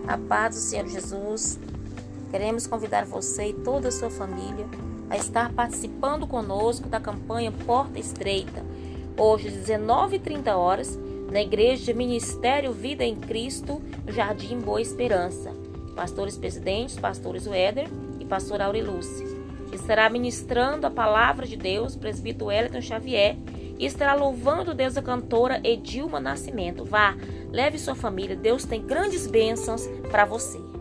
A paz do Senhor Jesus. Queremos convidar você e toda a sua família a estar participando conosco da campanha Porta Estreita, hoje às 19h30, na Igreja de Ministério Vida em Cristo, no Jardim Boa Esperança. Pastores presidentes, pastores Weder e pastor Auriluce. Estará ministrando a palavra de Deus, presbítero Wellington Xavier, e estará louvando Deus a cantora Edilma Nascimento. Vá, leve sua família, Deus tem grandes bênçãos para você.